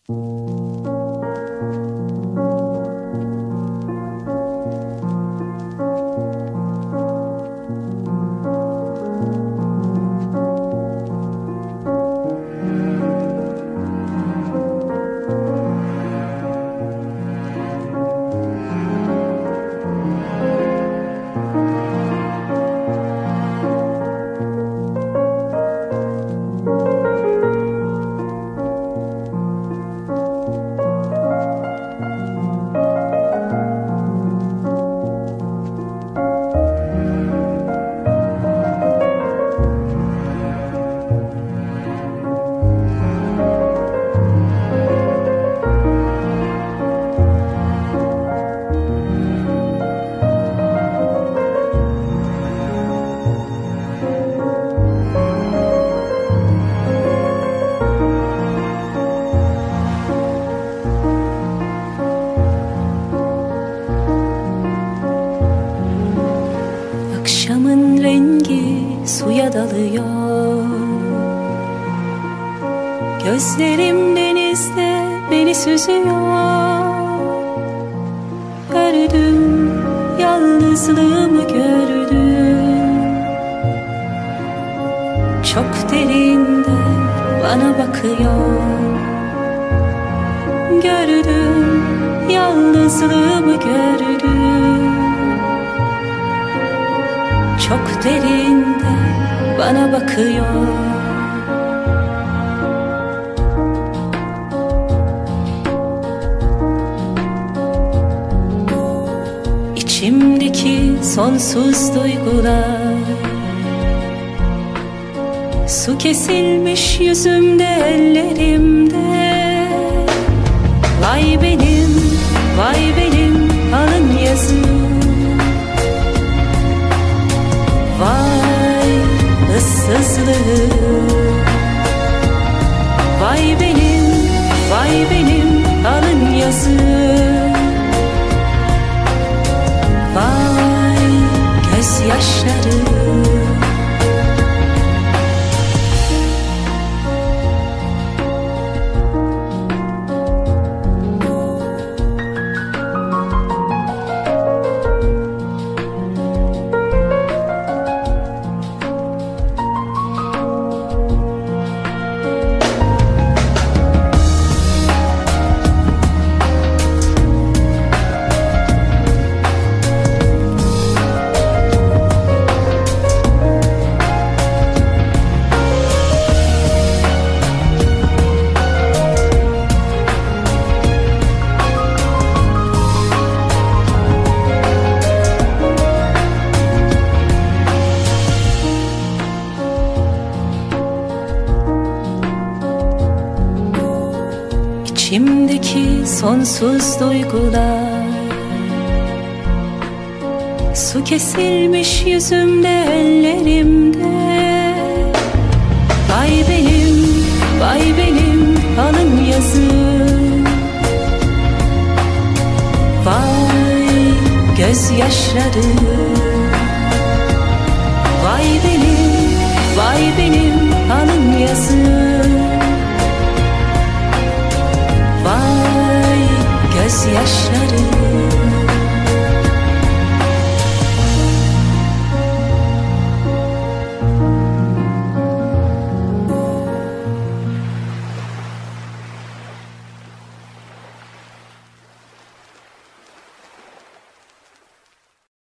Akşamın rengi suya dalıyor, gözlerim denizde beni süzüyor. Gördüm, yalnızlığımı gördüm, çok derinde bana bakıyor. Gördüm, yalnızlığımı gördüm, çok derinde bana bakıyor. İçimdeki sonsuz duygular, su kesilmiş yüzümde, ellerimde. Vay benim, vay benim alın yazım. Vay ıssızlığım, vay benim alın yazım. Vay gözyaşlarım. İçimdeki sonsuz duygular, su kesilmiş yüzümde, ellerimde. Vay benim alın yazım. Vay gözyaşlarım.